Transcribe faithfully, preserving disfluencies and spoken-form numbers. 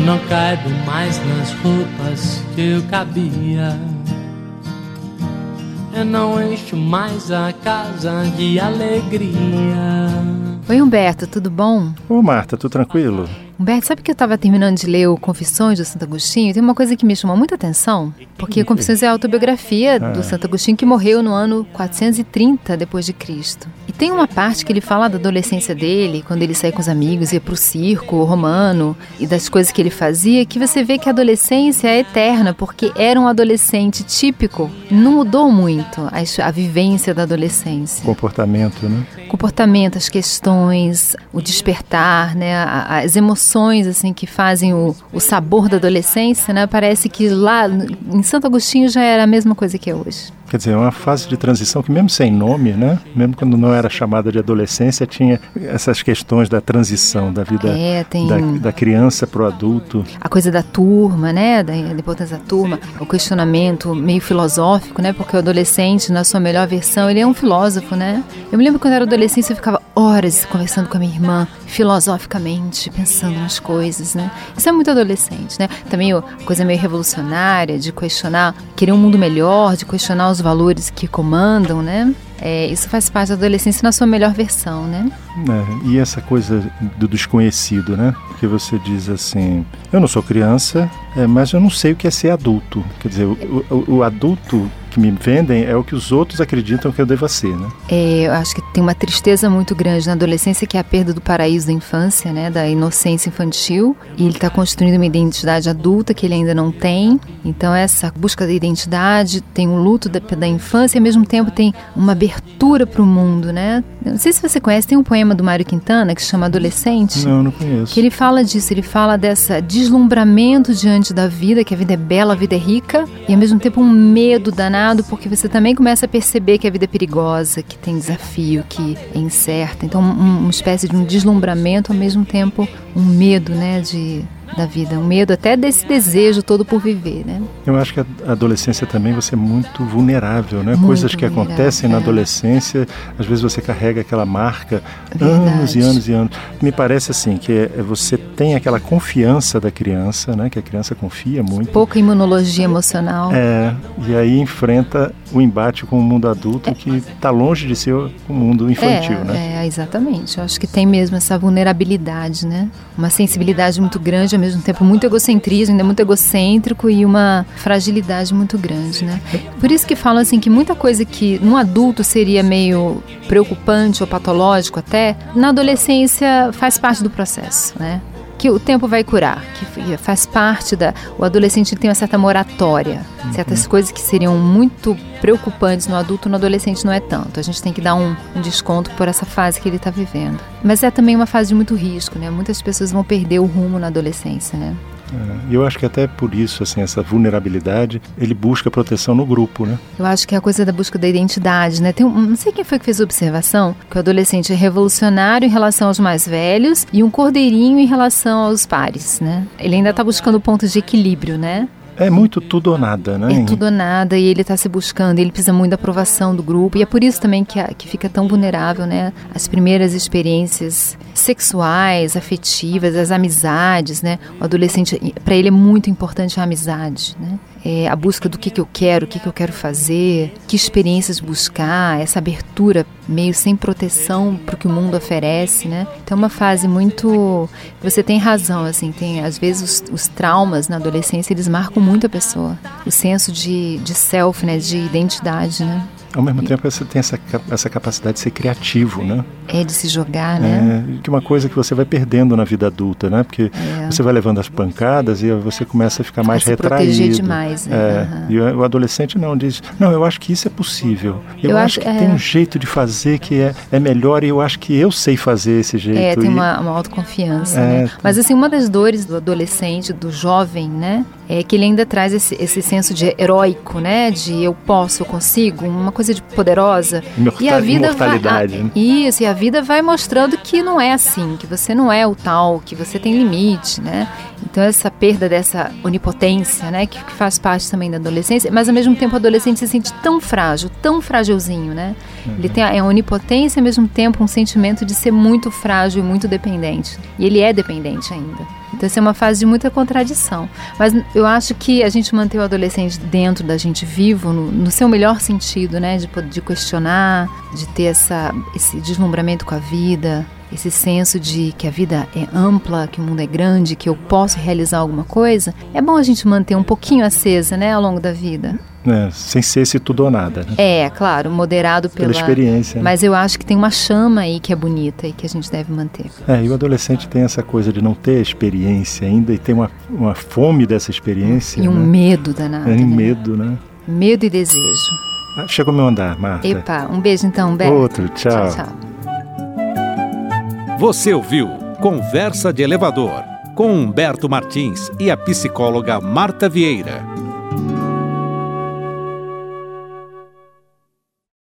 não caibo mais nas roupas que eu cabia. Eu não encho mais a casa de alegria. Oi, Humberto, tudo bom? Ô, Marta, tudo tranquilo? Humberto, sabe que eu estava terminando de ler o Confissões do Santo Agostinho? Tem uma coisa que me chamou muita atenção, porque Confissões é a autobiografia ah. do Santo Agostinho, que morreu no ano quatrocentos e trinta depois de Cristo. E tem uma parte que ele fala da adolescência dele, quando ele saía com os amigos, ia para o circo romano, e das coisas que ele fazia, que você vê que a adolescência é eterna, porque era um adolescente típico. Não mudou muito a, a vivência da adolescência. Comportamento, né? Comportamento, as questões, o despertar, né? As emoções assim, que fazem o, o sabor da adolescência, né? Parece que lá em Santo Agostinho já era a mesma coisa que é hoje. Quer dizer, é uma fase de transição que mesmo sem nome, né? Mesmo quando não era chamada de adolescência, tinha essas questões da transição, da vida é, tem... da, da criança para o adulto. A coisa da turma, né? Da importância da turma, o questionamento meio filosófico, né? Porque o adolescente, na sua melhor versão, ele é um filósofo, né? Eu me lembro quando eu era adolescente, eu ficava horas conversando com a minha irmã, filosoficamente, pensando nas coisas, né? Isso é muito adolescente, né? Também a coisa meio revolucionária, de questionar, querer um mundo melhor, de questionar os valores que comandam, né? É, isso faz parte da adolescência na sua melhor versão, né? É, e essa coisa do desconhecido, né? Porque você diz assim, eu não sou criança, é, mas eu não sei o que é ser adulto. Quer dizer, o, o, o adulto que me vendem é o que os outros acreditam que eu deva ser, né? É, eu acho que tem uma tristeza muito grande na adolescência, que é a perda do paraíso da infância, né? Da inocência infantil. E ele está construindo uma identidade adulta que ele ainda não tem. Então essa busca da identidade, tem um luto da, da infância e ao mesmo tempo tem uma abertura para o mundo, né? Não sei se você conhece, tem um poema do Mário Quintana que se chama Adolescente. Não, não conheço. Que ele fala disso, ele fala dessa deslumbramento diante da vida, que a vida é bela, a vida é rica, e ao mesmo tempo um medo danado, porque você também começa a perceber que a vida é perigosa, que tem desafio, que é incerta. Então um, uma espécie de um deslumbramento, ao mesmo tempo um medo, né, de... da vida, um medo até desse desejo todo por viver, né? Eu acho que a adolescência também você é muito vulnerável, né? Muito Coisas que vulnerável, acontecem é. na adolescência, às vezes você carrega aquela marca Verdade. anos e anos e anos. Me parece assim, que é, você tem aquela confiança da criança, né? Que a criança confia muito. Pouca imunologia emocional. É, e aí enfrenta o embate com o mundo adulto é. que está longe de ser o mundo infantil, é, né? É, exatamente. Eu acho que tem mesmo essa vulnerabilidade, né? Uma sensibilidade muito grande, ao mesmo tempo muito egocentrismo, ainda muito egocêntrico, e uma fragilidade muito grande, né? Por isso que falam assim que muita coisa que num adulto seria meio preocupante ou patológico até, na adolescência faz parte do processo, né? Que o tempo vai curar, que faz parte da... O adolescente tem uma certa moratória, uhum. certas coisas que seriam muito preocupantes no adulto, no adolescente não é tanto. A gente tem que dar um, um desconto por essa fase que ele está vivendo. Mas é também uma fase de muito risco, né? Muitas pessoas vão perder o rumo na adolescência, né? E eu acho que até por isso, assim, essa vulnerabilidade, ele busca proteção no grupo, né? Eu acho que é a coisa da busca da identidade, né? Tem um, não sei quem foi que fez a observação, que o adolescente é revolucionário em relação aos mais velhos e um cordeirinho em relação aos pares, né? Ele ainda está buscando pontos de equilíbrio, né? É muito tudo ou nada, né? É tudo ou nada, e ele está se buscando, ele precisa muito da aprovação do grupo, e é por isso também que, a, que fica tão vulnerável, né? As primeiras experiências sexuais, afetivas, as amizades, né? O adolescente, para ele é muito importante a amizade, né? É a busca do que, que eu quero, o que, que eu quero fazer, que experiências buscar, essa abertura meio sem proteção para o que o mundo oferece, né? Então é uma fase muito... Você tem razão, assim, tem, às vezes os, os traumas na adolescência, eles marcam muito a pessoa. O senso de, de self, né? De identidade, né? Ao mesmo tempo, você tem essa, essa capacidade de ser criativo, né? É, de se jogar, né? É, que é uma coisa que você vai perdendo na vida adulta, né? Porque é. você vai levando as pancadas e você começa a ficar mais a retraído. Se proteger demais, né? É, uhum. E o, o adolescente não, diz, não, eu acho que isso é possível. Eu, eu acho, acho que é. tem um jeito de fazer que é, é melhor e eu acho que eu sei fazer esse jeito. É, tem e... uma, uma autoconfiança, é, né? Mas assim, uma das dores do adolescente, do jovem, né? É que ele ainda traz esse, esse senso de heróico, né? De eu posso, eu consigo, uma coisa de poderosa. Imortal, e a vida imortalidade. Vai, a, né? Isso, e a vida vai mostrando que não é assim, que você não é o tal, que você tem limite, né? Então essa perda dessa onipotência, né, que, que faz parte também da adolescência, mas ao mesmo tempo o adolescente se sente tão frágil, tão fragilzinho, né? Uhum. Ele tem a, é a onipotência e ao mesmo tempo um sentimento de ser muito frágil e muito dependente. E ele é dependente ainda. Então essa é uma fase de muita contradição. Mas eu acho que a gente manter o adolescente dentro da gente vivo, no, no seu melhor sentido, né, de, de questionar, de ter essa, esse deslumbramento com a vida, esse senso de que a vida é ampla, que o mundo é grande, que eu posso realizar alguma coisa, é bom a gente manter um pouquinho acesa, né, ao longo da vida. É, sem ser esse tudo ou nada, né? É, claro, moderado pela, pela experiência. Né? Mas eu acho que tem uma chama aí que é bonita e que a gente deve manter. É, e o adolescente tem essa coisa de não ter experiência ainda e tem uma, uma fome dessa experiência. E um né? medo danado. É, né? medo, né? Medo e desejo. Ah, chegou meu andar, Marta. Epa, um beijo então, Humberto. Outro, tchau. Tchau, tchau. Você ouviu Conversa de Elevador, com Humberto Martins e a psicóloga Marta Vieira.